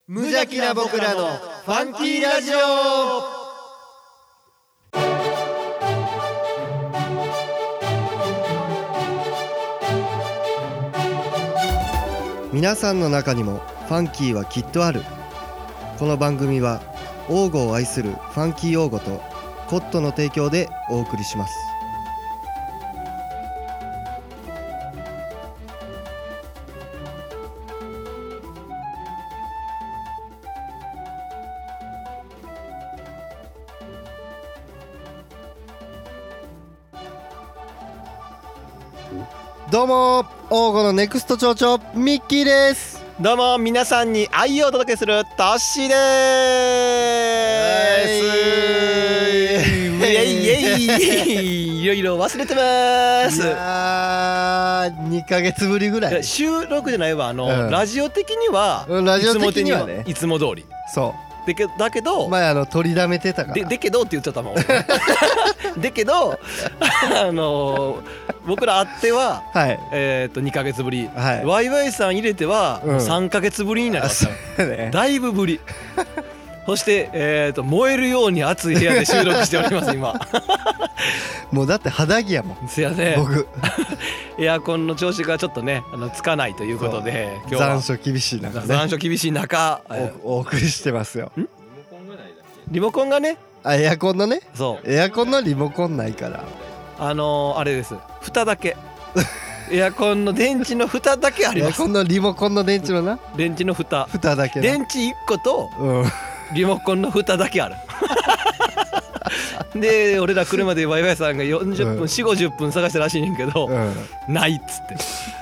無邪気な僕らのファンキーラジオ。皆さんの中にもファンキーはきっとある。この番組は王語を愛するファンキー王語とコットの提供でお送りします。どうも王語のネクスト町長ミッキーです。 どうも皆さんに愛をお届けするトッシーでーす。イエイイエイいろいろ忘れてます。 いや2ヶ月ぶりぐらい。 収録じゃないわラジオ的には、 ラジオ的にはねいつも通りそうだけど前取りだめてたからでけどって言っちゃったもんでけど僕ら会っては、 はい、 2ヶ月ぶり、 はい、 ワイワイさん入れては3ヶ月ぶりになりました、ね、だいぶぶりそして、燃えるように暑い部屋で収録しております今もうだって肌着やもん。 せやね僕エアコンの調子がちょっとねつかないということで今日は残暑厳しい中ね残暑厳しい中お送りしてますよ。 リモコンがねエアコンのねそうエアコンのリモコンないからあれです蓋だけエアコンの電池の蓋だけあります。 エアコンのリモコンの電池のな電池の蓋だけ電池1個とリモコンの蓋だけあるで俺ら車でワイワイさんが40分、4、50分探したらしいねんけど、ないっつって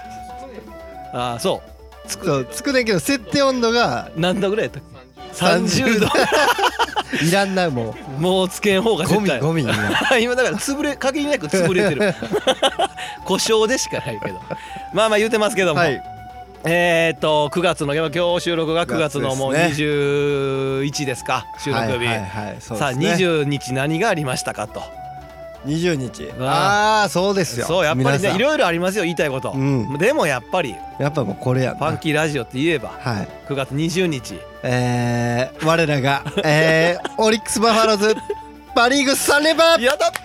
そうつくねんけど設定温度が何度ぐらいやったっけ30度いらんなもうつけん方が絶対ゴミ今だから限りなく潰れてる故障でしかないけどまあ言うてますけども、はい、9月の今日収録が9月のもう21ですか収録日、さあ20日何がありましたかと。 20日そうですよ。 そうやっぱりねいろいろありますよ言いたいこと、でもやっぱもうこれやなファンキーラジオって言えば、9月20日我らがオリックスバファローズパリーグ3連覇やった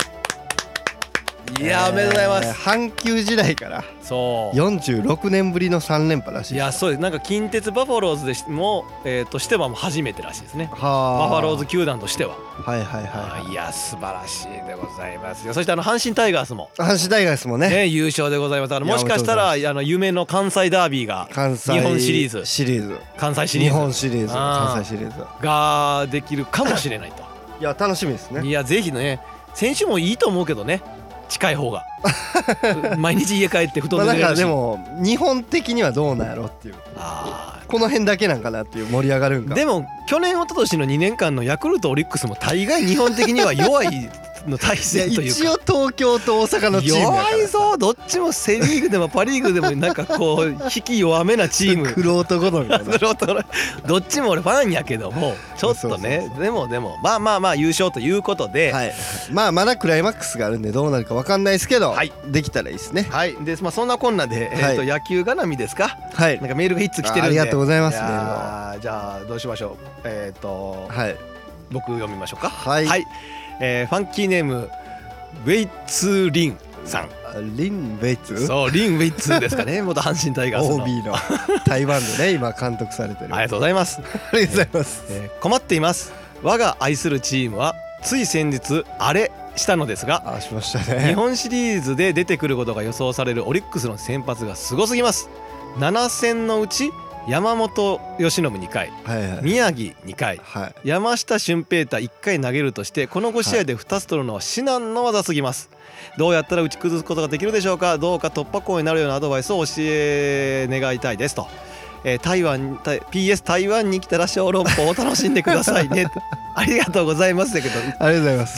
いやおめでとうございます。 阪急時代からそう 46年ぶりの3連覇らしい。 いやそうです。なんか近鉄バファローズでもとしてはもう初めてらしいですね。バファローズ球団としては。いや素晴らしいでございますよ。そして阪神タイガースもね優勝でございます。もしかしたら夢の関西ダービーが日本シリーズ関西シリーズができるかもしれないと。 いや楽しみですね。 いやぜひね選手もいいと思うけどね近い方が毎日家帰って布団で寝れるし、 でも日本的にはどうなんやろっていうこの辺だけなんかなっていう盛り上がるんか。 でも去年一昨年の2年間のヤクルトオリックスも大概日本的には弱いの対戦というか一応東京と大阪のチームやから弱いぞ。どっちもセリーグでもパリーグでもなんかこう引き弱めなチームクロート好みだなどっちも俺ファンやけどもちょっとねでもまあ優勝ということで、 まだクライマックスがあるんでどうなるか分かんないですけど、できたらいいですね。 でそんなこんなで野球絡みですか。なんかメールが1つ来てるんでありがとうございます。 じゃあどうしましょう。僕読みましょうか。ファンキーネームウェイツリンさん。 リン・ウェイツ？ そうリン・ウェイツですかね元阪神タイガースの OB の台湾でね今監督されてる。 ありがとうございます。 ありがとうございます。 困っています。我が愛するチームはつい先日あれしたのですがしましたね。 日本シリーズで出てくることが予想されるオリックスの先発がすごすぎます。7戦のうち山本由伸2回、宮城2回、山下舜平太1回投げるとしてこの5試合で2つ取るのは至難の技すぎます。どうやったら打ち崩すことができるでしょうか。どうか突破口になるようなアドバイスを教え願いたいですと。PS 台湾に来たら小籠包を楽しんでくださいねありがとうございますだけどありがとうございます。 絶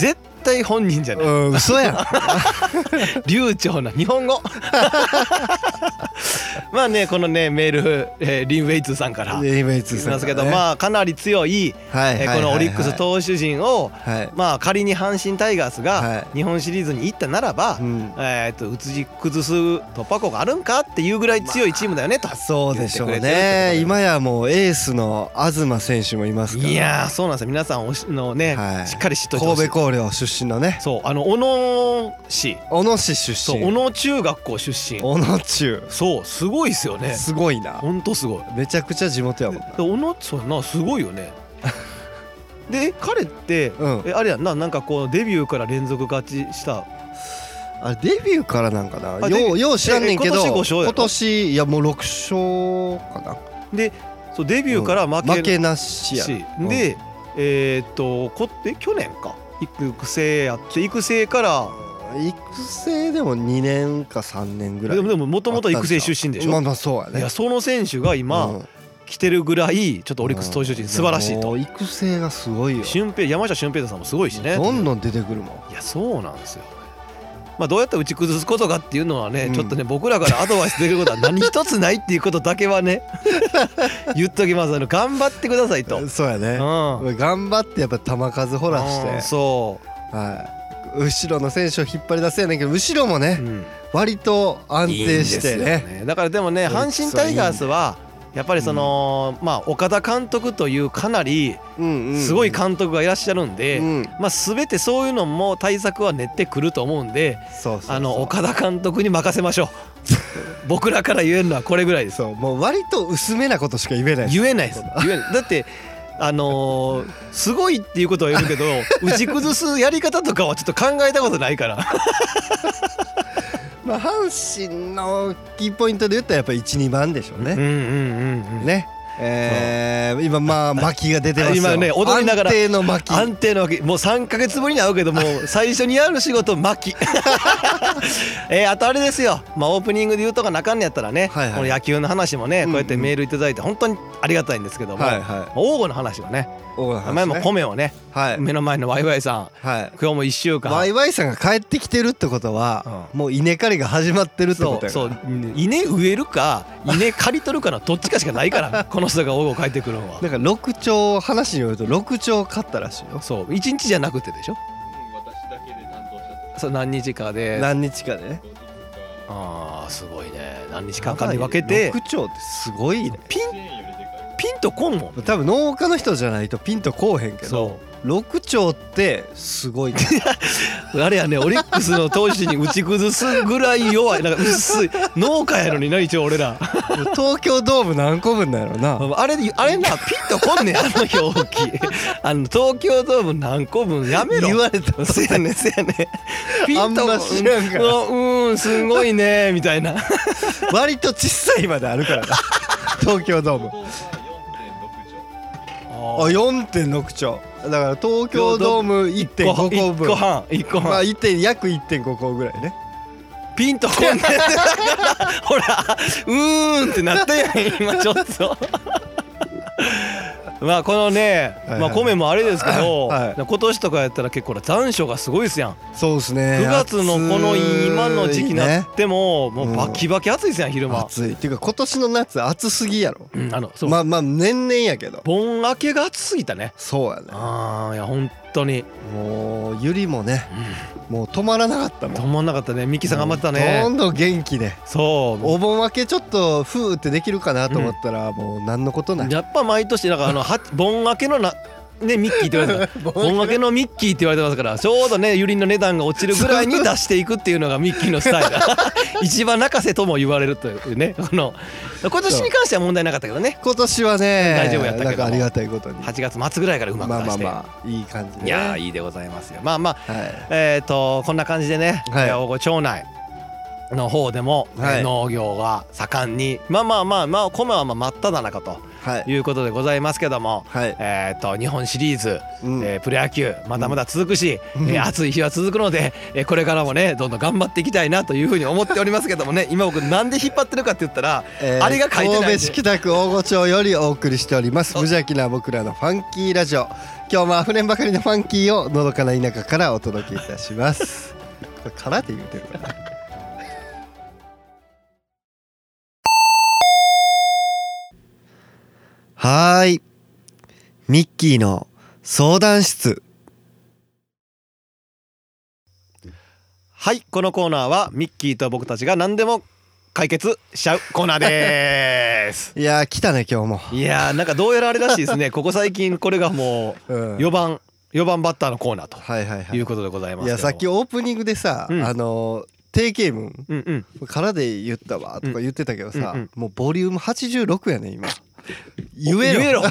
対本人じゃない。 嘘やん流暢な日本語まあねこのねメール、リン・ウェイツさんからリン・ウェイツさんますけど、まあかなり強い、このオリックス投手陣を、まあ仮に阪神タイガースが日本シリーズに行ったならば、打ち崩す突破口があるんかっていうぐらい強いチームだよねと、 そうでしょうね。今やもうエースの東選手もいますから。 いやそうなんですよ。皆さんのね、しっかり知っといてほしい。 神戸弘陵出身のね、 そう小野市出身、そう小野中学校出身、 小野中、 そうすごいですよね。 すごいな、 ほんとすごい。 めちゃくちゃ地元やもんな。 小野そうやな、すごいよねで彼って、あれやんな、なんかこうデビューから連続勝ちした、 あれデビューからなんかな、よう知らんねんけど、 今年5勝やろ。 今年いやもう6勝かな。 でそうデビューから負けなしやで、去年か育成やって、育成から育成でも2年か3年ぐらい。 でももともと育成出身でしょ。 まあまあそうやね。 いやその選手が今、来てるぐらいちょっとオリックス投手陣素晴らしいと。 育成がすごいよ。山下俊平太さんもすごいしね。 どんどん出てくるもん。 いやそうなんですよ。まあどうやって打ち崩すことかっていうのはね、ちょっとね僕らからアドバイスできることは何一つないっていうことだけはね言っときます。頑張ってくださいと。 そうやね、頑張ってやっぱ球数掘らして、そう、後ろの選手を引っ張り出せやねんけど、後ろもね、割と安定してね。 だからでもね阪神タイガースはやっぱりその、まあ岡田監督というかなりすごい監督がいらっしゃるんで、まあ全てそういうのも対策は練ってくると思うんで、岡田監督に任せましょう僕らから言えるのはこれぐらいです。 もう割と薄めなことしか言えないです。 言えないです。だってすごいっていうことは言えるけど打ち崩すやり方とかはちょっと考えたことないからまあ阪神のキーポイントで言ったらやっぱり 1,2 番でしょうね。ね。今まあ牧が出てますよ。 今ね踊りながら安定の牧、 もう3ヶ月ぶりに会うけども最初にやる仕事牧あとあれですよ、まあオープニングで言うとかなかんねやったらね、この野球の話もねこうやってメールいただいて本当にありがたいんですけども、王吾の話はね、前も米をね、目の前のワイワイさん、今日も1週間ワイワイさんが帰ってきてるってことは、もう稲刈りが始まってるってことやから。 稲植えるか稲刈り取るかのどっちかしかないからこの人が王吾帰ってくるのは。 だから6丁、話によると6丁買ったらしいよ。 そう1日じゃなくてでしょ。 私だけで担当した。 そう何日かでね。 ああすごいね。何日間かに分けて 6丁ってすごいね。 ピンとこんもん。 多分農家の人じゃないとピンとこうへんけど、6丁ってすごい、ね、 あれやね、オリックスの投手に打ち崩すぐらい弱い、なんか薄い農家やのにな。一応俺ら東京ドーム何個分なんやろな。 あれな、ピンとこんねん、あの表記東京ドーム何個分やめろ言われた。 せやねピンとあんま知らんからすごいねみたいな割と小さいまであるからな東京ドーム。4.6 丁だから東京ドーム 1.5 個分、 1個半、 まあ約 1.5 個ぐらいね。 ピンとこんねんほらってなったやん今ちょっとまあこのね、まあ米もあれですけど、今年とかやったら結構残暑がすごいですやん。 そうですね。 9月のこの今の時期になってももうバキバキ暑いですやん昼間。 暑いっていうか今年の夏暑すぎやろ。 そうまあ年々やけど盆明けが暑すぎたね。 そうやね。 いや本当にもうゆりもね、もう止まらなかったもん。 止まんなかったね。ミキさん頑張ったね。 どんどん元気で。 そうお盆明けちょっとふーってできるかなと思ったらもう何のことない。 やっぱ毎年なんか盆明けのねミッキーって言われてた盆明けのミッキーって言われてますから、ちょうどねユリの値段が落ちるぐらいに出していくっていうのがミッキーのスタイル一番泣かせとも言われるというね。今年に関しては問題なかったけどね。 今年はね大丈夫やったけど、 ありがたいことに 8月末ぐらいからうまく出して、 まあいい感じで、 いやいいでございますよ。まあ、こんな感じでね、大御町内の方でも、農業が盛んに、まあ米は真っ只中ということでございますけども、日本シリーズ、プロ野球まだまだ続くし、暑い日は続くので、これからもねどんどん頑張っていきたいなというふうに思っておりますけどもね、今僕なんで引っ張ってるかって言ったら、あれが書いてないんで、 神戸市北区大御町よりお送りしております無邪気な僕らのファンキーラジオ。今日もあふれんばかりのファンキーをのどかな田舎からお届けいたしますこれからで言うてるかな。はーい、ミッキーの相談室。 はい、このコーナーはミッキーと僕たちが何でも解決しちゃうコーナーですいやー来たね今日も。 いやーなんかどうやらあれらしいですねここ最近これがもう4番バッターのコーナーということでございますけど、 いやさっきオープニングでさ、定型文、からで言ったわとか言ってたけどさ、もうボリューム86やね今。言えろ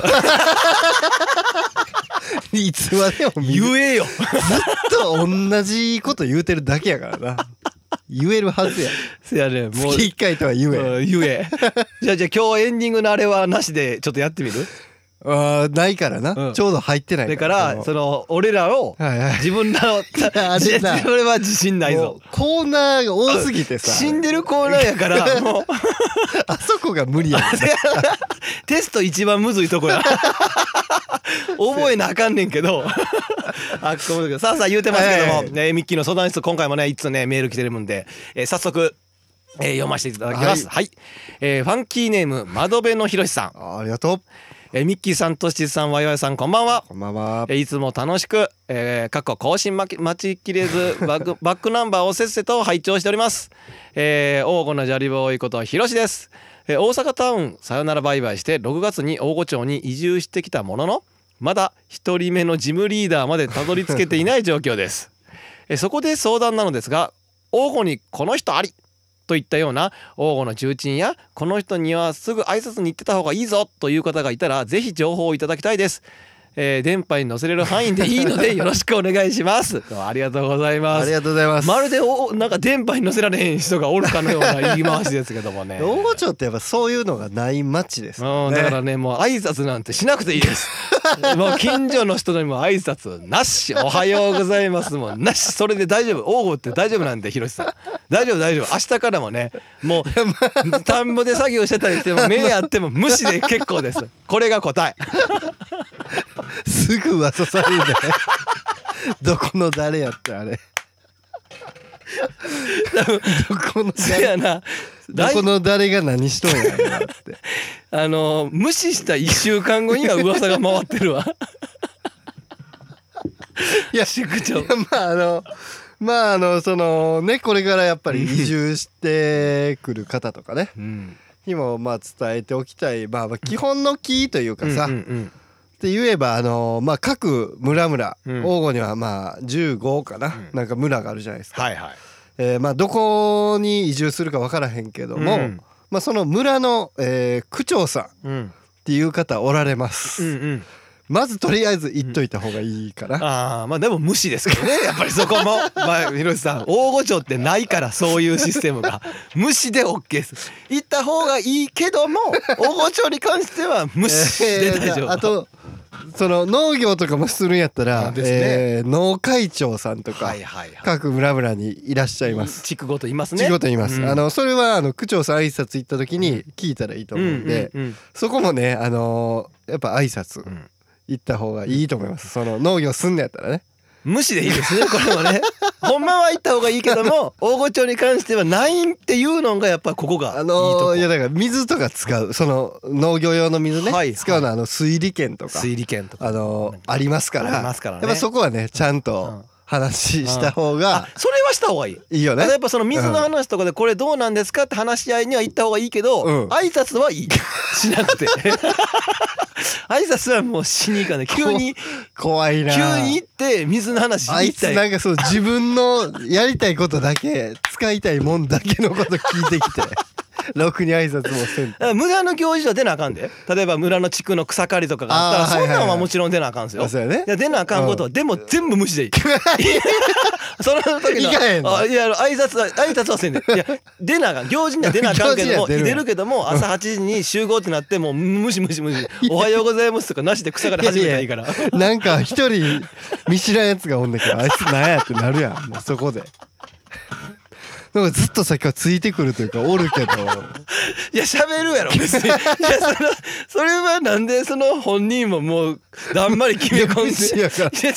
いつまでも言えよずっと同じこと言うてるだけやからな言えるはずや。 せやね、もう月1回とは言え、 じゃあ今日エンディングのあれはなしでちょっとやってみる？ ないからな、ちょうど入ってないから。だからその俺らを自分らのそれは自信ないぞ。 コーナーが多すぎてさ死んでるコーナーやからもうあそこが無理やテスト一番むずいとこや覚えなあかんねんけどさあ言うてますけども、ミッキーの相談室今回もねいつねメール来てるんで、早速読ませていただきます。はい、ファンキーネーム窓辺のひろしさん、 ありがとう。 ミッキーさんとしちさんわいわいさんこんばんは。 こんばんは。 いつも楽しく、更新待ちきれずバックナンバーをせっせと拝聴しております。王吾のジャリボーイことひろしです。大阪タウンさよならバイバイして6月に大御町に移住してきたもののまだ1人目のジムリーダーまでたどり着けていない状況です。そこで相談なのですが、王吾にこの人ありといったような王吾の重鎮やこの人にはすぐ挨拶に行ってた方がいいぞという方がいたらぜひ情報をいただきたいです。電波に乗せれる範囲でいいのでよろしくお願いしますありがとうございます。 ありがとうございます。 まるでなんか電波に乗せられへん人がおるかのような言い回しですけどもね大御町ってやっぱそういうのがない町ですよね。 だからねもう挨拶なんてしなくていいですもう近所の人にも挨拶なし、おはようございますもなし、それで大丈夫。王吾って大丈夫なんでひろしさん大丈夫明日からもねもう田んぼで作業してたりしても目あっても無視で結構です。これが答えすぐ噂されるねどこの誰やったあれどこの誰やなどこの誰が何しとんやろなって無視した1週間後には噂が回ってるわいや宿長そのねこれからやっぱり移住してくる方とかね、にも伝えておきたい基本のキーというかさ、って言えば各村々、王吾には15かな、なんか村があるじゃないですか。どこに移住するか分からへんけども、その村の、区長さんっていう方おられます。まずとりあえず言っといた方がいいかな。 でも無視ですけどねやっぱりそこもひろしさん大御町ってないからそういうシステムが無視で OK です。言った方がいいけども大御町に関しては無視で大丈夫。 あとその農業とかもするんやったら、農会長さんとか各村々にいらっしゃいます。 地区ごといますね。 地区ごといます。それは区長さん挨拶行った時に聞いたらいいと思うんで、そこもねやっぱ挨拶行った方がいいと思います。その農業すんのやったらね。 無視でいいですねこれもねほんまは行った方がいいけども大御町に関してはないっていうのがやっぱここがいいとこ。 いやだから水とか使うその農業用の水ね、使うのは水利権とかありますから、やっぱそこはねちゃんと話した方が、 それはした方がいいよね。 やっぱその水の話とかでこれどうなんですかって話し合いには行った方がいいけど、挨拶はいいしなくて挨拶はもうしに行かない。急に怖いな。 急に行って水の話あいつなんかそう自分のやりたいことだけ使いたいもんだけのこと聞いてきてろくに挨拶もせん。 村の行事は出なあかんで。例えば村の地区の草刈りとかがあったらそんなんはもちろん出なあかんですよ。 そうやね。 いや出なあかんことはでも全部無視でいい。その時のいかへんの。 いや挨拶はせんで。いや出なあかん、行事には出なあかんけども出るけども朝8時に集合ってなっても無視おはようございますとかなしで草刈り始めたらいいから。 なんか一人見知らんやつがおんねんけどあいつなんやってなるやんもうそこで。なんかずっと先からついてくるというかおるけど。 いや喋るやろ別に。いやそれはなんでその本人ももうだんまり決め込んで。いや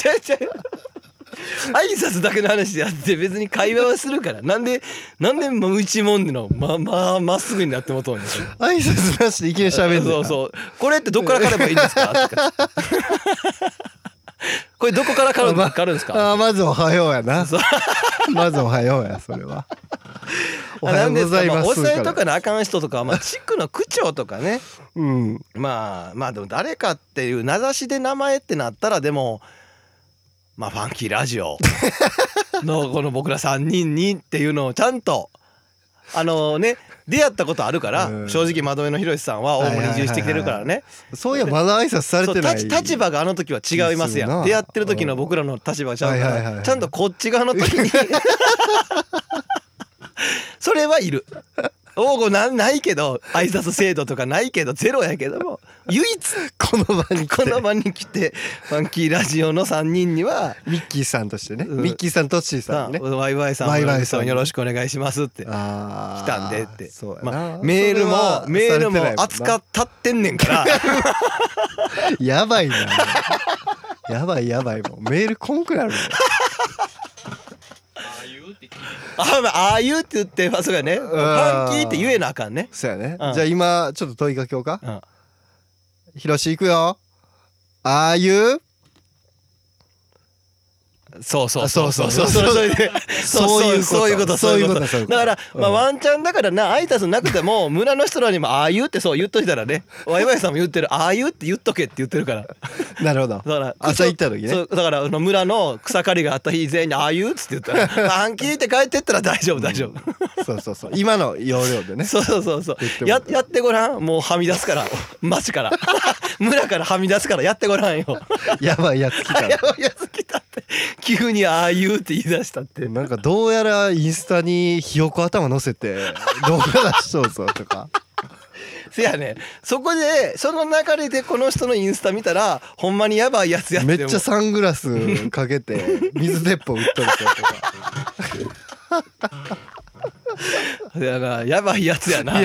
挨拶だけの話であって別に会話はするから。なんで一問でのまっすぐになってもとんねん。 挨拶なしでいきなり喋んねん。 そうこれってどっから狩ればいいんですかこれどこから狩るんですか。 まずおはようやな。まずおはようやそれは。おはようございます。 おさえとかのあかん人とかは地区の区長とかね。まあでも誰かっていう名指しで名前ってなったらでもファンキーラジオのこの僕ら3人にっていうのをちゃんと出会ったことあるから正直窓辺のひろしさんは大森に移住してきてるからね。 そういやまだ挨拶されてない。 立場があの時は違いますやん。出会ってる時の僕らの立場がちゃうからちゃんとこっち側の時にそれはいる。ないけど挨拶制度とかないけどゼロやけども唯一この場に来てファンキーラジオの3人にはミッキーさんとしてね、ミッキーさんとッシーさんね、 ワイワイさんよろしくお願いしますって来たんでって。メールも扱ったってんねんからやばいな。やばいもうメールこんくなるの。 ああいうって言ってそうやね。ファンキーって言えなあかんね。 そうやね。じゃあ今ちょっと問いかけようか。ひろし行くよ。ああいうそういうことだからワンチャンだからな挨拶なくても村の人らにもああいうってそう言っといたらね。ワイワイさんも言ってるああいうって言っとけって言ってるから。 なるほど。だから朝行った時ね。 だから村の草刈りがあった日全員にああいうっつって言ったらファンキーって帰ってったら大丈夫。 そう今の要領でね。 そうやってごらん。もうはみ出すから町から村からはみ出すからやってごらんよ。 やばいやつ来たって急にああいうって言い出したって。 なんかどうやらインスタにひよこ頭乗せて動画出しとうぞとか。 せやね。そこでその流れでこの人のインスタ見たらほんまにやばいやつやってめっちゃサングラスかけて水鉄砲撃っとる人とか。 やばいやつやな。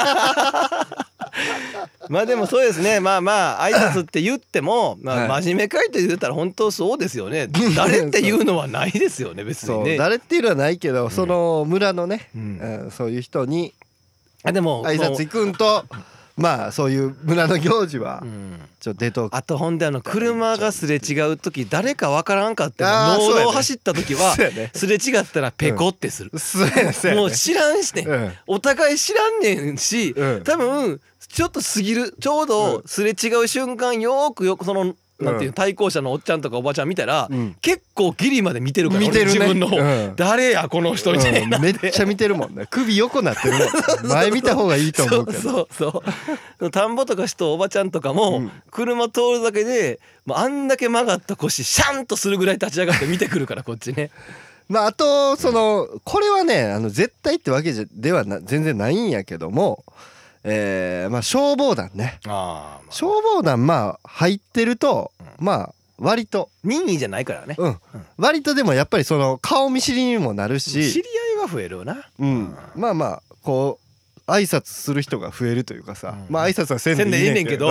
まあでもそうですね。まあ挨拶って言っても真面目かいと言ったら本当そうですよね。誰っていうのはないですよね別にね。 誰っていうのはないけどその村のねそういう人にでも挨拶行くんとまあそういう村の行事はちょっと出とく。 あとほんで車がすれ違う時誰かわからんかって農道走った時はすれ違ったらペコってする。もう知らんしね。お互い知らんねんし多分ちょっと過ぎるちょうどすれ違う瞬間よくそのなんていう対向車のおっちゃんとかおばちゃん見たら結構ギリまで見てるから自分の誰やこの人みたいな。 めっちゃ見てるもんね。首横なってるもん。前見た方がいいと思うけど。 そう田んぼとか人おばちゃんとかも車通るだけであんだけ曲がった腰シャンとするぐらい立ち上がって見てくるからこっちね。 あとこれはね絶対ってわけでは全然ないんやけども消防団ね。消防団入ってると割と任意じゃないからね。 割とでもやっぱり顔見知りにもなるし知り合いは増えるよな。 こう挨拶する人が増えるというかさ挨拶はせんでいいねんけど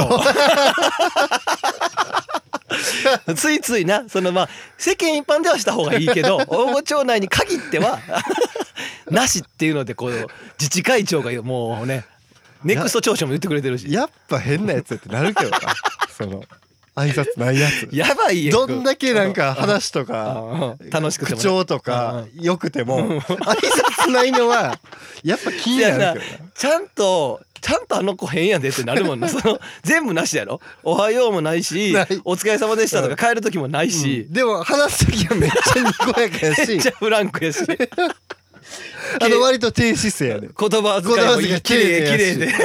ついついな世間一般ではした方がいいけど大御町内に限ってはなしっていうのでこう自治会長がもうねネクスト長所も言ってくれてるしやっぱ変なやつってなるけどな挨拶ないやつやばい。 どんだけなんか話とか楽しくても口調とかよくても挨拶ないのはやっぱ気になるけどな。 ちゃんとあの子変やでってなるもんな。全部なしやろ。おはようもないしお疲れ様でしたとか帰る時もないしでも話す時はめっちゃにこやかやしめっちゃフランクやし割と低姿勢やね。 言葉遣いもいい綺麗で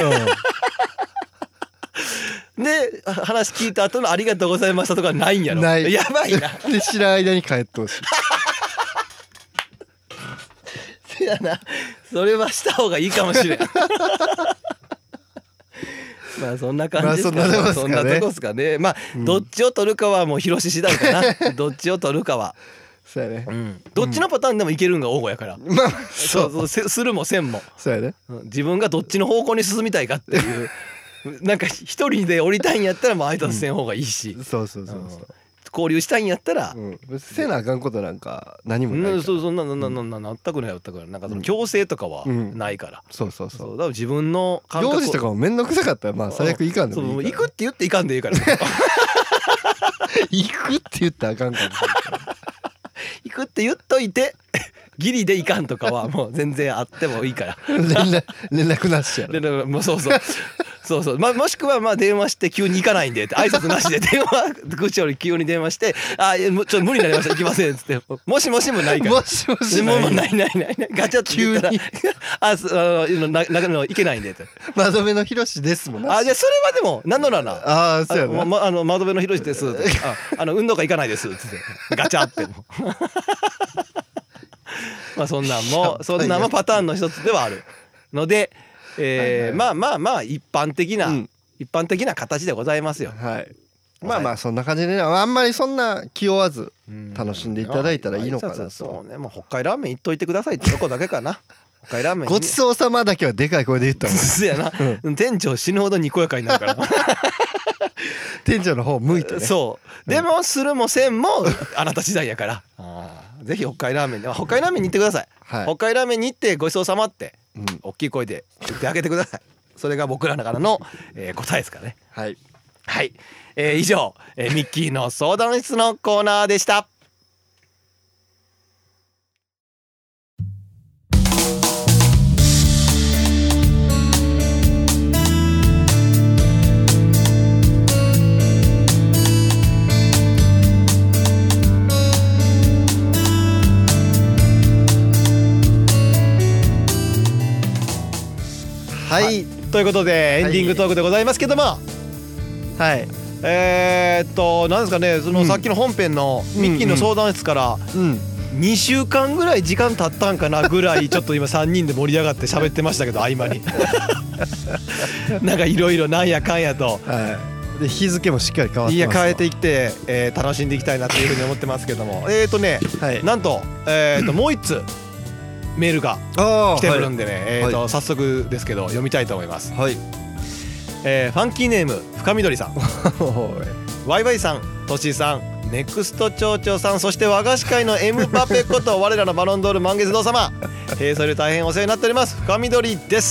で話聞いた後のありがとうございましたとかないんやろ。 ない。 やばいな。 で知らん間に帰ってほしい。 せやな、それはした方がいいかもしれん。まあそんな感じですかね。そんなとこですかね。まあどっちを取るかはもう広し次第かな。どっちを取るかは。 そうやね。 どっちのパターンでもいけるんが王吾やから。 まあそうするもせんも。 そうやね。 自分がどっちの方向に進みたいかっていう。なんか一人で降りたいんやったらもう挨拶せん方がいいし。 そう交流したいんやったら、 せなあかんことなんか何もない。 そう全くないなんかその強制とかはないから。 そうだから自分の感覚。 行事とかも面倒くさかったらまあ最悪いかんでもいいから。 行くって言っていかんでいいから。 行くって言ったらあかんかも。 行くって言っといてギリでいかんとかはもう全然あってもいいから。 連絡なしやろ。 もうそうまあ、もしくはまあ電話して急に行かないんでって挨拶なしで電話口より急に電話して「ちょっと無理になりました行きません」っつって「もしもし」もないから。 もしもしもうないガチャッと言ったら「行けないんで」って 「窓辺のひろしです」もんな。 じゃあそれはでも何のらな。 そうやな。 窓辺のひろしですって運動会行かないですっつってガチャってまあそんなんもパターンの一つではあるので、まあ一般的な形でございますよ。 まあそんな感じでね、あんまりそんな気負わず楽しんでいただいたらいいのかなと。 そうね、もう北海ラーメン行っといてくださいってとこだけかな。北海ラーメンごちそうさまだけはでかい声で言ったもん。 そうやな、店長死ぬほどにこやかになるから。 店長の方向いてね。 そうでもするもせんもあなた次第やから。ぜひ北海ラーメンに行ってください。北海ラーメンに行ってごちそうさまって大きい声で言ってあげてください。それが僕らからの答えですかね。はい、以上ミッキーの相談室のコーナーでした。ということでエンディングトークでございますけども、何ですかね、そのさっきの本編のミッキーの相談室から2週間ぐらい時間経ったんかなぐらいちょっと今3人で盛り上がって喋ってましたけど合間になんかいろいろなんやかんやと、 で日付もしっかり変わってます。 変えていって、楽しんでいきたいなというふうに思ってますけどもなんともう一つメールが来てるんでね、早速ですけど読みたいと思います。ファンキーネーム深緑さん、ワイワイさん、トシさん、ネクスト町長さん、そして和菓子界のエムバペこと我らのバロンドール満月堂様、それで大変お世話になっております深緑です。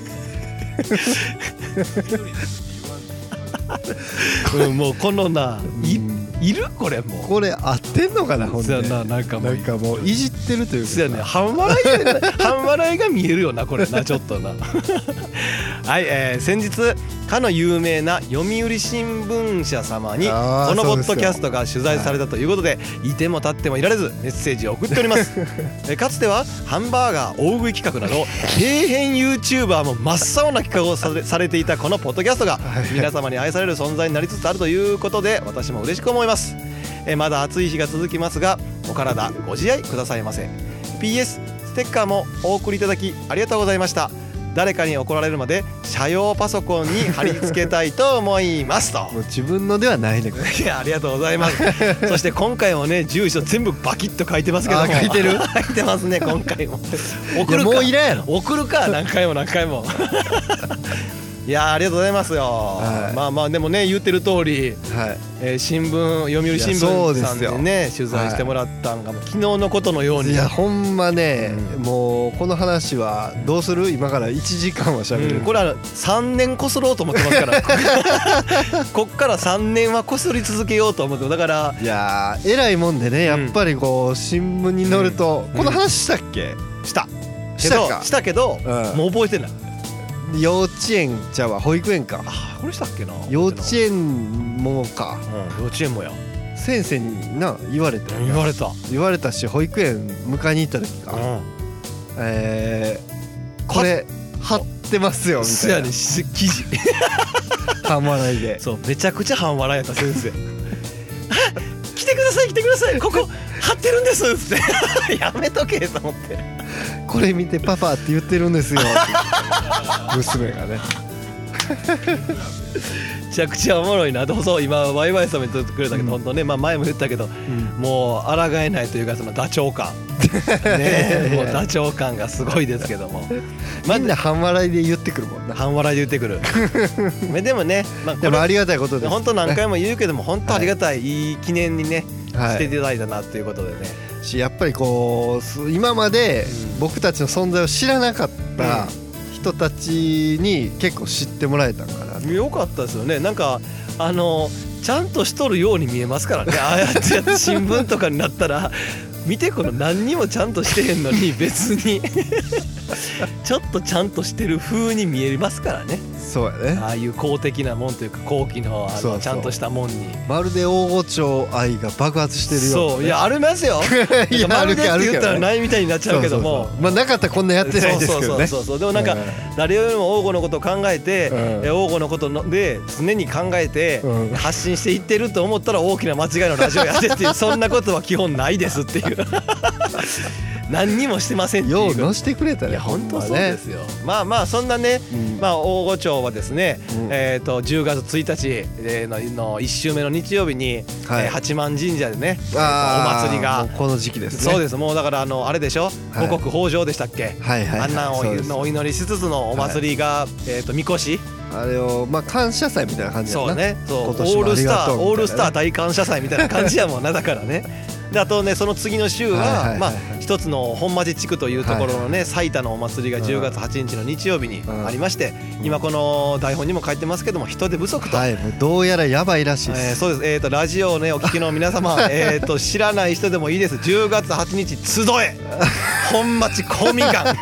もうこのいるこれもうこれ合ってんのかな。ほんでなんかもういじってるというか、 そうやね、半笑いが見えるよなこれな、ちょっとな。はい、先日かの有名な読売新聞社様にこのポッドキャストが取材されたということで、いても立ってもいられずメッセージを送っております。かつてはハンバーガー大食い企画など底辺 YouTuber も真っ青な企画をされていたこのポッドキャストが皆様に愛される存在になりつつあるということで、私も嬉しく思います。まだ暑い日が続きますがお体ご自愛くださいませ。 PS ステッカーもお送りいただきありがとうございました。誰かに怒られるまで社用パソコンに貼り付けたいと思いますと。 もう自分のではないね。 いやありがとうございます。そして今回もね住所全部バキッと書いてますけども。 書いてる書いてますね今回も。 送るか、もういらんやろ。 送るか何回も。いやありがとうございますよ。まあでもね言ってる通り、新聞読売新聞さんでね取材してもらったんがもう昨日のことのように。 いやほんまね、もうこの話はどうする、今から1時間はしゃべる、 これは3年こすろうと思ってますからこっから3年はこすり続けようと思って。だからいや偉いもんでね、やっぱりこう新聞に載ると、この話したっけ。 したけど、もう覚えてない。 幼稚園じゃあ保育園か。 これしたっけな。 幼稚園もか、 幼稚園もや。 先生にな言われたし保育園迎えに行った時か、 これ貼ってますよみたいな。 記事半笑いで。 そうめちゃくちゃ半笑いやった先生来てください来てくださいここ貼ってるんですってやめとけと思って、 これ見てパパって言ってるんですよ娘がねめちゃくちゃおもろいな。どうぞ今ワイワイさんも言ってくれたけど、本当ね、前も言ったけど、もう抗えないというかそのダチョウ感ねもうダチョウ感がすごいですけどもみんな半笑いで言ってくるもんな。 半笑いで言ってくるでもね、 でもありがたいことです。 本当何回も言うけども本当ありがたい、いい記念にねしていただいたなということでね、 やっぱりこう今まで僕たちの存在を知らなかった人たちに結構知ってもらえたんかな。 よかったですよね。なんかちゃんとしとるように見えますからね。ああやって新聞とかになったら見てこの何にもちゃんとしてへんのに別にちょっとちゃんとしてる風に見えますからね。 そうやね。 ああいう公的なもんというか公器のそうちゃんとしたもんにまるで大御町愛が爆発してるような、ね、 そういやありますよいやまるでって言ったらないみたいになっちゃうけども、 まあなかったらこんなやってないですけどね。 そうでもなんか誰よりも王吾のことを考えて、王吾のことで常に考えて発信していってると思ったら大きな間違いのラジオやってっていうそんなことは基本ないですっていう何にもしてませんっていう。 よう乗してくれたね。 いや本当そうですよ。まあそんなね、大御町はですね、10月1日の1週目の日曜日に八幡神社でねお祭りがこの時期ですね。 そうです。もうだからあれでしょ、五穀豊穣でしたっけ、あんなお祈りしつつのお祭りがみこし、 あれを感謝祭みたいな感じやな。 そうね、そうオールスター大感謝祭みたいな感じやもんなだからね。であとねその次の週は一つの本町地区というところのね最多のお祭りが10月8日の日曜日にありまして、今この台本にも書いてますけども人手不足と、 もうどうやらやばいらしいです。 そうです。ラジオをねお聞きの皆様知らない人でもいいです。10月8日集え本町公民館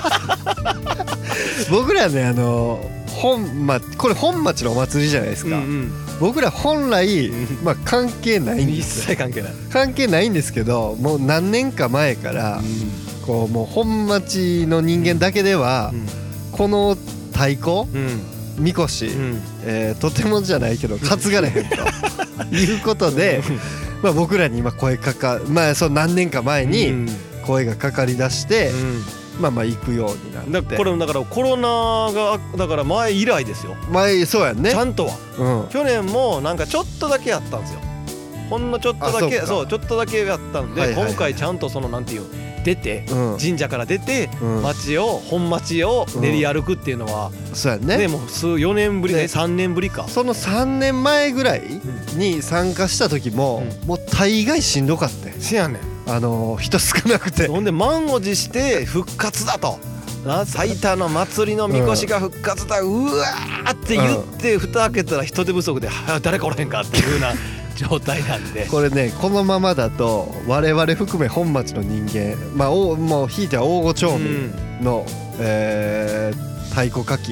僕らねこれ本町のお祭りじゃないですか。僕ら本来関係ないんですよ。 一切関係ないんですけど、もう何年か前からこうもう本町の人間だけではこの太鼓みこしとてもじゃないけど担がれへんということで僕らに今声そう何年か前に声がかかりだして行くようになって、 これだからコロナがだから前以来ですよ。 そうやね。 ちゃんとは、去年もなんかちょっとだけやったんですよ。ほんのちょっとだけ、そうちょっとだけやったんで、今回ちゃんとそのなんていう出て、神社から出て、本町を練り歩くっていうのは、 そうやね。 でも4年ぶりね、3年ぶりか。 その3年前ぐらいに参加した時も、もう大概しんどかったよ。 せやねん。 人少なくて、 ほんで満を持して復活だと最多の祭りのみこしが復活だ、うわーって言って蓋開けたら人手不足で誰かおらへんかっていうような状態なんでこれねこのままだと我々含め本町の人間もうひいては大御町民の太鼓かき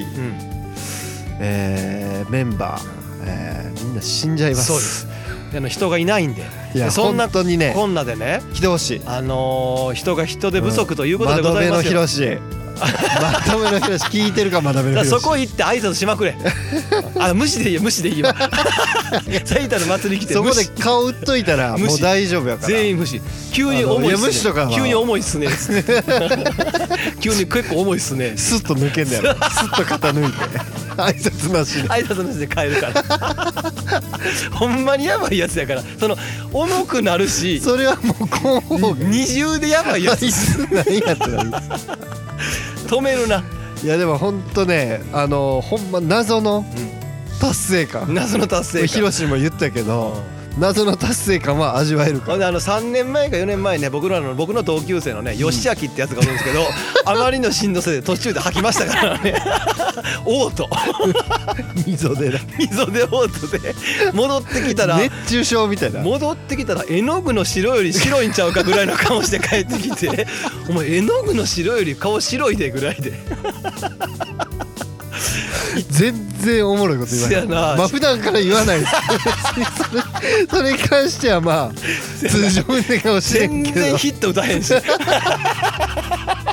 メンバーみんな死んじゃいます。 そうです。人がいないんで、 そんなこんなでね来てほしい。 人が人手不足ということでございますよ。 まとめのひろし聞いてるか。まだめのひろしそこ行って挨拶しまくれ無視でいいよ無視でいいよ埼玉の祭り来てそこで顔打っといたらもう大丈夫やから全員無視。急に重いっすね。急に重いっすね急に結構重いっすね。 スッと抜けんだよ。スッと肩抜いて挨拶なしで帰るからほんまにやばいやつやから。その重くなるしそれはもうこう二重でやばいやつ何やってない止めるな。 いやでもほんとねほんま謎の達成感、ヒロシも言ったけど、謎の達成感は味わえるから。 3年前か4年前ね僕の同級生のね吉明ってやつがおるんですけど、あまりのしんどさで途中で吐きましたからね嘔吐溝で嘔吐で戻ってきたら熱中症みたいな。 戻ってきたら絵の具の白より白いんちゃうかぐらいの顔して帰ってきてお前絵の具の白より顔白いでぐらいで全然おもろいこと言わない。普段から言わないですそれに関しては通常運転かもしれんけど全然ヒット打たへんし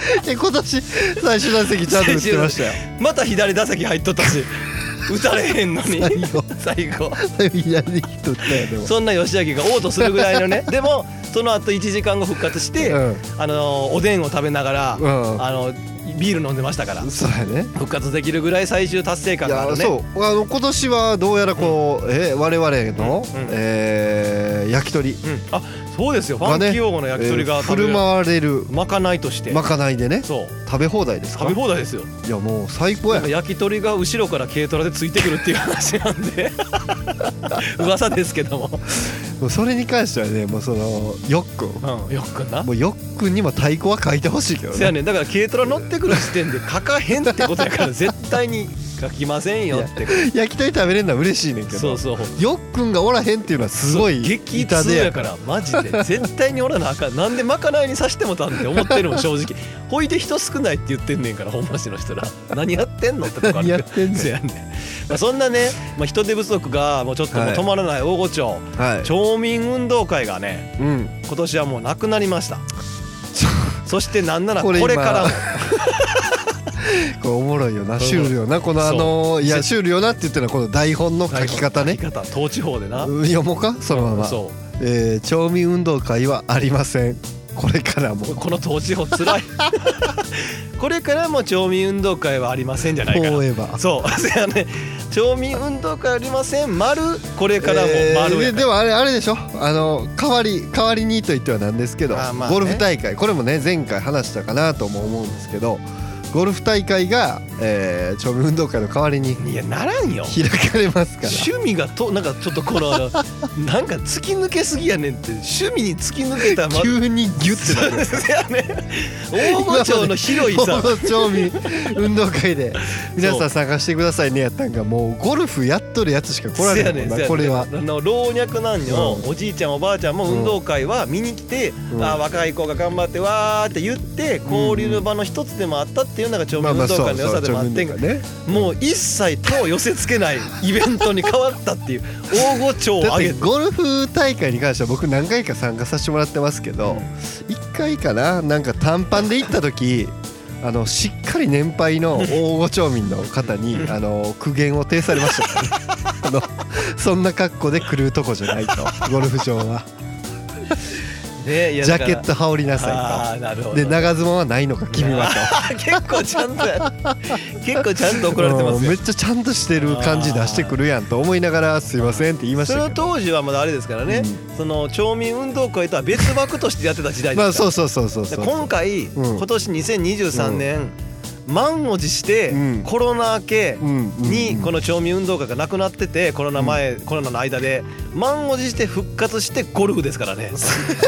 今年最終打席ちゃんと打ってましたよ。 また左打席入っとったし打たれへんのに最後左にヒット打ったよ。でもそんな吉明が嘔吐するぐらいのねでもその後1時間後復活して、おでんを食べながら、ビール飲んでましたから。 そうやね。 復活できるぐらい最終達成感があるね。 そう今年はどうやらこう、我々の、焼き鳥、 あそうですよ、ファンキー用語の焼き鳥が振る舞われるまかないとしてまかないでね。 そう食べ放題ですか。 食べ放題ですよ。 いやもう最高や。 焼き鳥が後ろから軽トラでついてくるっていう話なんで噂ですけどももうそれに関してはねもうそのよっくん、 よっくんなもうよっくんにも太鼓は書いてほしいけどね。 そうやね。だから軽トラ乗ってくる時点で書かへんってことやから絶対に書きませんよって焼き鳥食べれるのは嬉しいねんけど、 そうよっくんがおらへんっていうのはすごい激痛やからマジで絶対におらなあかん。なんでまかないにさしてもたんって思ってるもん正直。ほいで人少ないって言ってんねんから本町の人ら何やってんのってとこあるけど。 何やってんのやねん。そんなね、人手不足がもうちょっともう止まらない大御町、町民運動会がね、今年はもうなくなりました。そしてなんならこれからもこれおもろいよな、シュールよな、このいやシュールよなって言ってるのはこの台本の書き方ね。 統治法でな読もうかそのまま。町民運動会はありません。これからもこの統治法つらいこれからも町民運動会はありませんじゃないかな。そうそやね。町民運動会ありません丸これからも丸でもあれでしょ、代わりにと言ってはなんですけど、ゴルフ大会これもね前回話したかなとも思うんですけど、ゴルフ大会が、町民運動会の代わりにいやならんよ開かれますから。 趣味がなんかちょっとこのなんか突き抜けすぎやねんって。趣味に突き抜けた急にギュッてなるそうやね。大御町の広いさ町民運動会で皆さん参加してくださいねやったんが、もうゴルフやっとるやつしか来られないもんな。これは老若男女、おじいちゃんおばあちゃんも運動会は見に来て、若い子が頑張ってわーって言って交流の場の一つでもあったっていうのが町民運動会の良さでもあってんが、もう一切手を寄せつけないイベントに変わったっていう大御町を挙げて。 ゴルフ大会に関しては僕何回か参加させてもらってますけど、1回かな、なんか短パンで行った時しっかり年配の大御町民の方に苦言を呈されましたからねそんな格好で来るとこじゃないとゴルフ場はジャケット羽織りなさいと。で長ズボンはないのか君はと結構ちゃんと怒られてますよ。 めっちゃちゃんとしてる感じ出してくるやんと思いながらすいませんって言いましたけど、 その当時はまだあれですからね、その町民運動会とは別枠としてやってた時代ですから。そう今回今年2023年満を持してコロナ明けにこの町民運動会がなくなってて、コロナの間で満を持して復活してゴルフですからね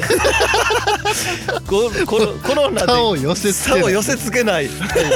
コロナで差を寄せつけないい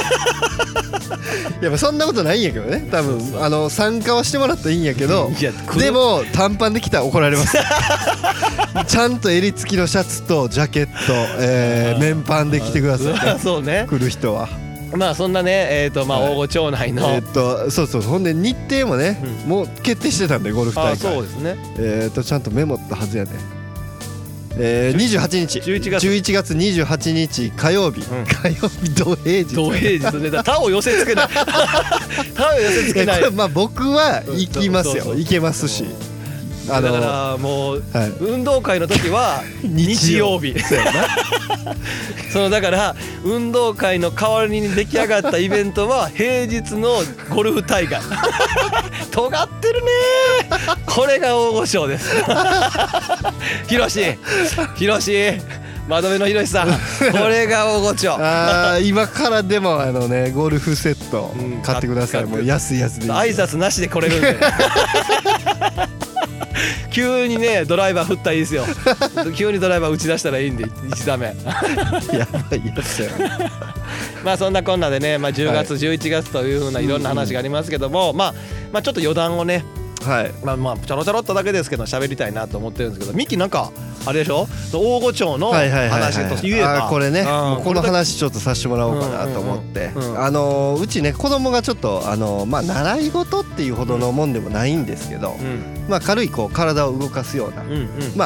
やそんなことないんやけどね、多分参加はしてもらったらいいんやけど、でも短パンで来たら怒られますちゃんと襟付きのシャツとジャケット、綿パンで来てくださいねそうね、 来る人は。 まあそんなね大御町内のそうほんで日程もね、もう決定してたんでゴルフ大会。 そうですね。 ちゃんとメモったはずやね。28日11月28日火曜日、火曜日同平日ね。他を寄せつけない他を寄せつけない。 まあ僕は行きますよ、行けますし、 だからもう運動会の時は日曜日だから運動会の代わりに出来上がったイベントは平日のゴルフ大会尖ってるねこれが大御所ですひろし窓辺のひろしさんこれが大御所今からでもゴルフセット買ってください。もう安いやつで挨拶なしで来れるんで急にねドライバー振ったらいいですよ急にドライバー打ち出したらいいんで1打目やばいやつやまあそんなこんなでね、10月11月というふうないろんな話がありますけども、まあちょっと余談をね、ちょろちょろっとだけですけど喋りたいなと思ってるんですけど、ミキなんかあれでしょ、大御町の話と言えばこれね、この話ちょっとさせてもらおうかなと思って、うちね子供がちょっと習い事っていうほどのもんでもないんですけど、軽いこう体を動かすような、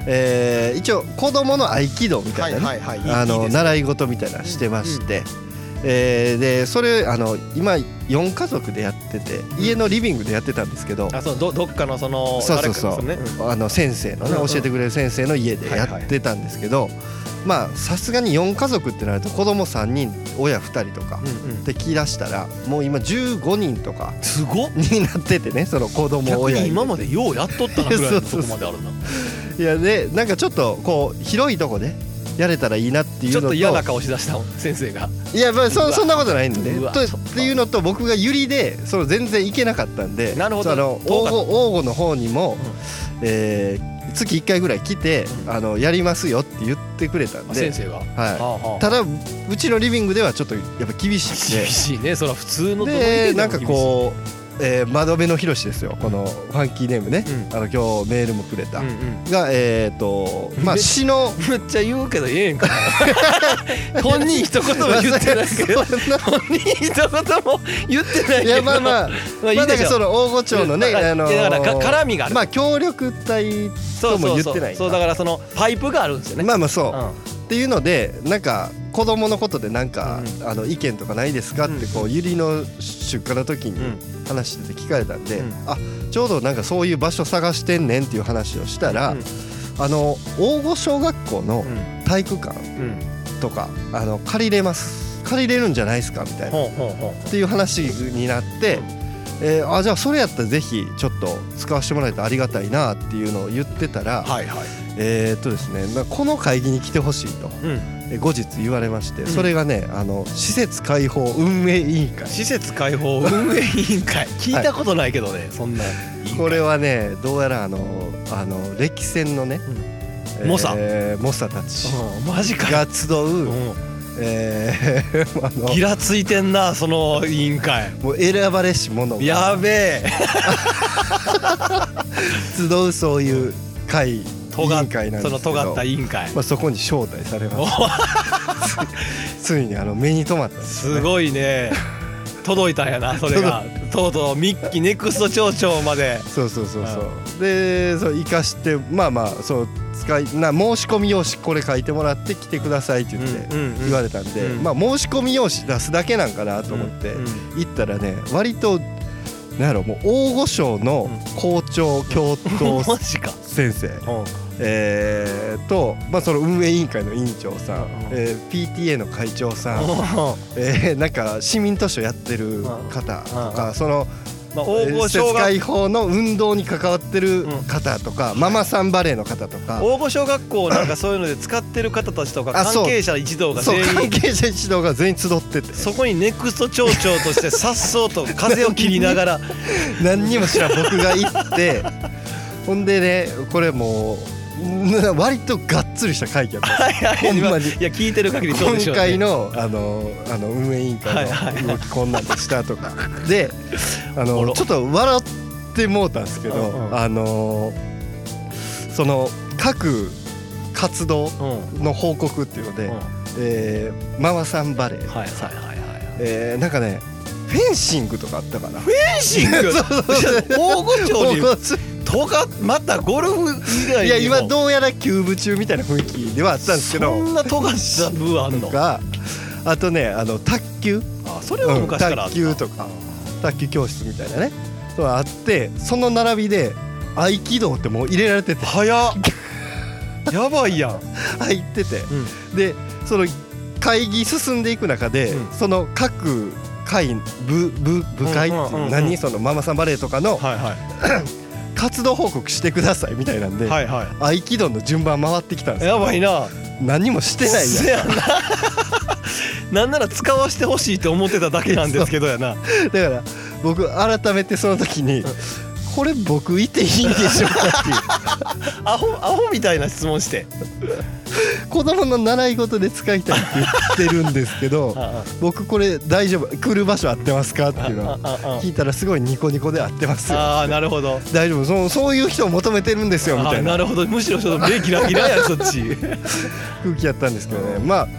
一応子供の合気道みたいなね、習い事みたいなのしてまして、でそれ今4家族でやってて家のリビングでやってたんですけど、 どっかのそのそう先生のね教えてくれる先生の家でやってたんですけど、まあさすがに4家族ってなると子供3人親2人とかって聞き出したらもう今15人とかすごになっててね、その子供親逆に今までようやっとったなぐらいのとこまであるな。 いやでなんかちょっとこう広いとこでやれたらいいなっていうのと、 ちょっと嫌な顔しだした先生が。 いやまあそんなことないんでっていうのと、僕がユリで全然行けなかったんで、 なるほど、 王吾の方にも、月1回ぐらい来てやりますよって言ってくれたんで、 先生が、 はい、ただうちのリビングではちょっとやっぱ厳しいんで、 厳しいね、それは普通のでなんかこう窓辺のひろしですよ、このファンキーネームね、今日メールもくれた、がまあ詩のめっちゃ言うけどええんかな本人一言も言ってないけど、本人一言も言ってないけど、 いやまあなんかその大御町のね、 だから絡みがある、 まあ協力隊とも言ってない、 そうだからそのパイプがあるんですよね。 まあそうっていうので、なんか子供のことでなんか意見とかないですかってこうユリの出荷の時に話してて聞かれたんで、ちょうどなんかそういう場所探してんねんっていう話をしたら、大御小学校の体育館とか借りれるんじゃないですかみたいなっていう話になって、じゃあそれやったらぜひちょっと使わせてもらえたらありがたいなっていうのを言ってたら、ですね、この会議に来てほしいと後日言われまして、それがね施設開放運営委員会。 施設開放運営委員会聞いたことないけどね、そんなこれはねどうやら歴戦のね猛者たちマジかが集うギラついてんな、その委員会。 もう選ばれし者がやべえ集うそういう会委員会なんですけど、 その尖った委員会、 そこに招待されましたついに目に留まったんです、 すごいね届いたんやな、それがとうとうミッキーネクスト町長まで。 そうで生かして、そう申し込み用紙これ書いてもらって来てくださいって言って言われたんで、申し込み用紙出すだけなんかなと思って行ったらね、割となんやろ、もう大御所の校長教頭先生と、その運営委員会の委員長さん、PTA の会長さん、なんか市民図書やってる方とか、その施設開放の運動に関わってる方とか、ママさんバレーの方とか、 大御小学校なんかそういうので使ってる方たちとか関係者一同が全員、 関係者一同が全員集ってて、 そこにネクスト町長としてさっそうと風を切りながら何にも知らん僕が行ってほんでね、これもう割とがっつりした会議やったほんまに。 いや聞いてる限りそうでしょうね。 今回の運営委員会の動きこんなんでしたとかでちょっと笑ってもうたんですけど、その各活動の報告っていうので、ママさんバレー、なんかねフェンシングとかあったかな。 フェンシング大御町にまたゴルフ以外にも、 いや今どうやら休部中みたいな雰囲気ではあったんですけど、 そんな尖った部あんのか。あとね卓球、 それは昔からあった、 卓球とか卓球教室みたいなねそうあって、その並びで合気道ってもう入れられてて、 早っやばいやん入ってて、でその会議進んでいく中で、その各会部会っていう何、そのママさんバレーとかの活動報告してくださいみたいなんで、合気道の順番回ってきたんですよ。 やばいな、 何もしてないやんなんなら使わせてほしいと思ってただけなんですけどやな。 だから僕改めてその時にこれ僕いていいんでしょうかっていうアホみたいな質問して子供の習い事で使いたいって言ってるんですけど僕これ大丈夫、来る場所合ってますかっていうのを聞いたらすごいニコニコで合ってますよ。 ああなるほど、 大丈夫、そういう人を求めてるんですよみたいな。 なるほど、むしろちょっと目ギラギラやんそっち空気やったんですけどね。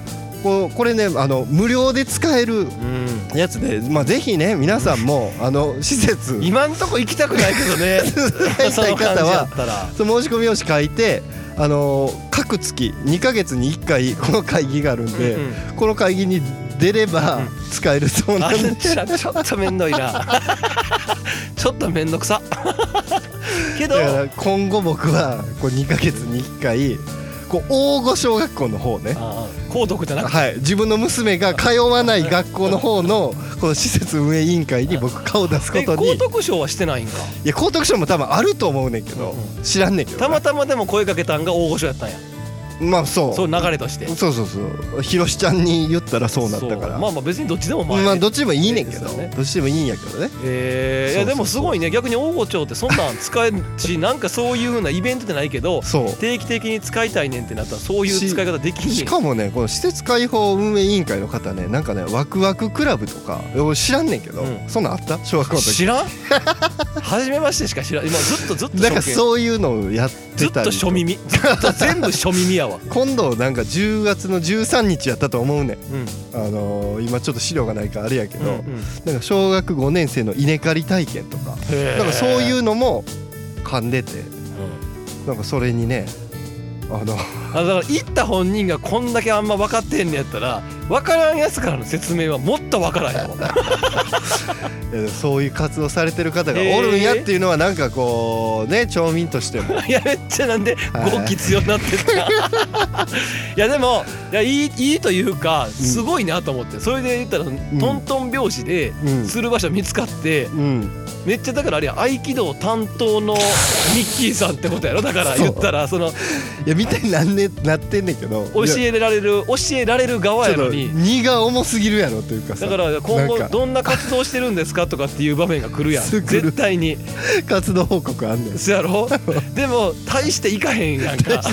これね無料で使えるやつで、ぜひね皆さんも施設今んとこ行きたくないけどね使いたい方はその申し込み用紙書いて各月2ヶ月に1回この会議があるんで、この会議に出れば使えるそうなんで、 ちょっとめんどいなちょっとめんどくさけどだから今後僕はこう2ヶ月に1回大御小学校の方ね、 高徳じゃなくて、 はい、自分の娘が通わない学校の方のこの施設運営委員会に僕顔出すことに。 高徳賞はしてないんか。 いや高徳賞も多分あると思うねんけど、知らんねんけどたまたまでも声かけたんが大御所やったんや。そう流れとしてそうひろしちゃんに言ったらそうなったから、 別にどっちでもどっちでもいいねんけど、どっちでもいいんやけどね。 いやでもすごいね、逆に大御町ってそんなん使えるしなんかそういう風なイベントじゃないけど定期的に使いたいねんってなったらそういう使い方できんねん。 しかもねこの施設開放運営委員会の方ね、なんかねワクワククラブとか知らんねんけど、そんなんあった小学校の時知らん初めましてしか知らん。今ずっとなんかそういうのをやってたりずっと初耳ずっと全部初耳やわ今度なんか10月の13日やったと思うねん、今ちょっと資料がないからあれやけど、なんか小学5年生の稲刈り体験とかなんかそういうのも噛んでて、なんかそれにねだから行った本人がこんだけあんま分かってんねやったら分からんやつからの説明はもっと分からんやろそういう活動されてる方がおるんやっていうのはなんかこうね町民としてもいやめっちゃなんで語気強なってたいやでもいいというかすごいなと思って、それで言ったらトントン拍子でする場所見つかって、めっちゃだからあれ合気道担当のミッキーさんってことやろ。だから言ったらいやみたいになってんねんけど、 教えられる側やのに荷が重すぎるやろというかさ、 だから今後どんな活動してるんですかとかっていう場面が来るやん絶対に活動報告あんねん。 そやろでも大していかへんやんか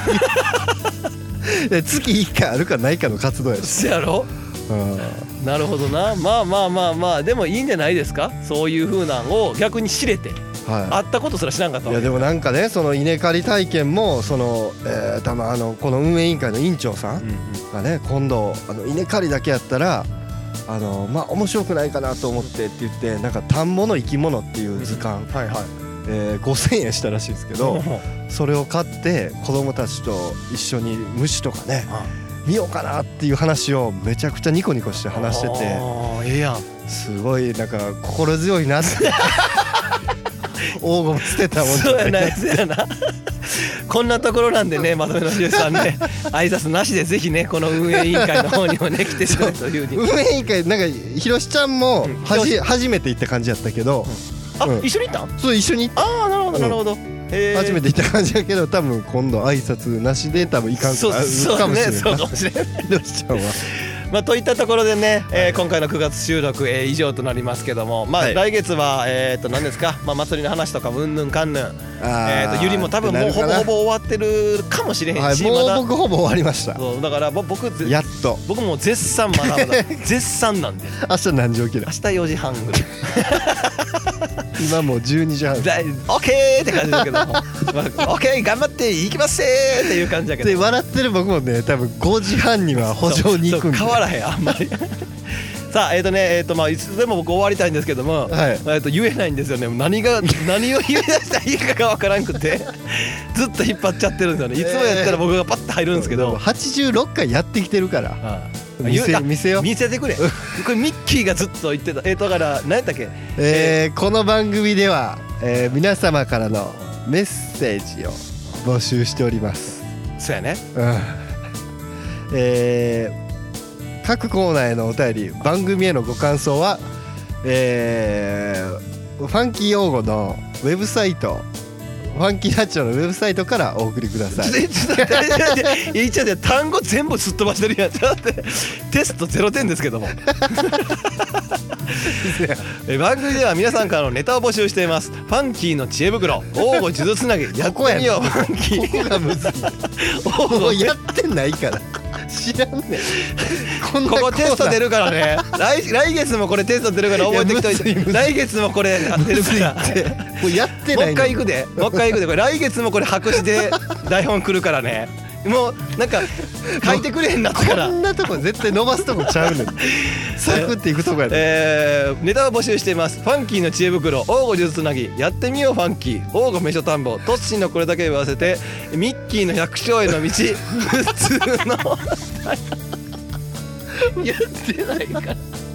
月1回あるかないかの活動やし。 そやろなるほどな。まあでもいいんじゃないですか。そういう風なんを逆に知れて、会ったことすら知らんかったわけ。 いやでもなんかねその稲刈り体験も多分この運営委員会の委員長さんがね、今度稲刈りだけやったら面白くないかなと思ってって言って、なんか田んぼの生き物っていう図鑑5000円したらしいんですけど、それを買って子供たちと一緒に虫とかね見ようかなっていう話をめちゃくちゃニコニコして話してて、すごいなんか心強いなって大語も捨てたもんじゃない。 そうやなこんなところなんでね、まとめのしゅうさんね挨拶なしでぜひねこの運営委員会の方にもね来てくれというふうに。 運営委員会なんかひろしちゃんも初めて行った感じやったけど、 一緒に行ったん？ そう一緒に行った。 なるほどなるほど。 初めて行った感じやけど、多分今度挨拶なしで多分行かんとかもしれない。 そうかもしれない。 ひろしちゃんはといったところでね、今回の9月収録、以上となりますけども、来月は何ですか、祭りの話とかうんぬんかんぬん、ゆりも多分もうほぼほぼ終わってるかもしれへんし、 もう僕ほぼ終わりました。 そうだから僕やっと僕も絶賛絶賛なんで。 明日何時起きる？ 明日4時半ぐらい今もう12時半。 オッケーって感じだけどもオッケー頑張っていきますせーっていう感じだけど、 で笑ってる僕もね多分5時半には補助に行くんで変わらへんあんまりさあいつでも僕終わりたいんですけども、言えないんですよね。何を言い出したらいいかがわからんくてずっと引っ張っちゃってるんですよね。いつもやったら僕がパッと入るんですけど、 86回やってきてるから見せよう。 見せてくれこれミッキーがずっと言ってた。だから何やったっけ、この番組では、皆様からのメッセージを募集しております。 そうやね。 各コーナーへのお便り、番組へのご感想は、ファンキー用語のウェブサイト、ファンキーラジオのウェブサイトからお送りください。 一応単語全部すっ飛ばしてるやん。だってテスト0点ですけども番組では皆さんからのネタを募集しています。ファンキーの知恵袋、王語数珠つなぎやってみよう。ファンキーここがむずい。もうやってないから知らんねん。 ここテスト出るからね。来月もこれテスト出るから覚えてきといて。来月もこれ出るからもうやってない。 もう一回行くでこれ来月もこれ白紙で台本来るからね。 もうなんか書いてくれへんなったからこんなとこ絶対伸ばすとこちゃうねんサクっていくとこやね。ネタを募集しています。ファンキーの知恵袋、王吾術つなぎ、やってみようファンキー、王吾名所探訪、トッシーのこれだけ言わせて、ミッキーの百姓への道、普通のやってないから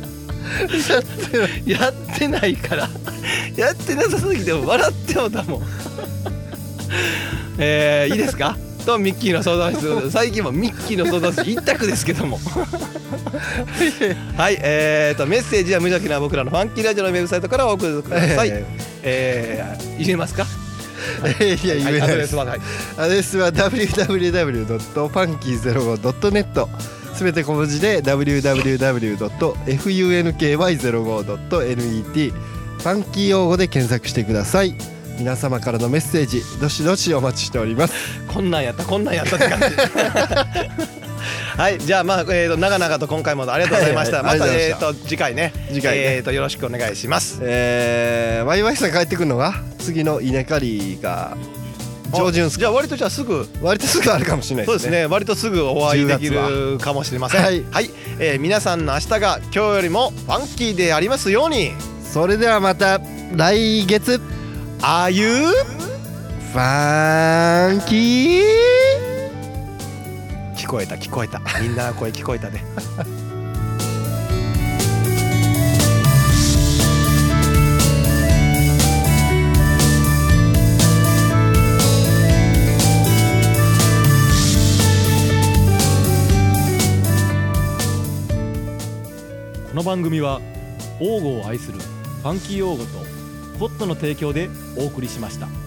やってないからやってなさすぎても笑ってもたもんいいですかとミッキーの相談室、最近もミッキーの相談室一択ですけどもはい、メッセージは無邪気な僕らのファンキーラジオのウェブサイトからお送りください。入れますか？ いや言えないです。アドレスは www.funky05.net、 すべて小文字で www.funky05.net、 ファンキー用語で検索してください。皆様からのメッセージどしどしお待ちしております。 こんなんやったって感じはい、じゃあ長々と今回もありがとうございました。また次回ねよろしくお願いします。 ワイワイさん帰ってくるのが次の稲刈りが上旬すか。 じゃあ割とすぐあるかもしれないですね。 そうですね、割とすぐお会いできるかもしれません。はい、皆さんの明日が今日よりもファンキーでありますように。 それではまた来月、 Are you ファンキー？ 聞こえたみんな声聞こえたねこの番組は王語を愛するファンキー王語とコットの提供でお送りしました。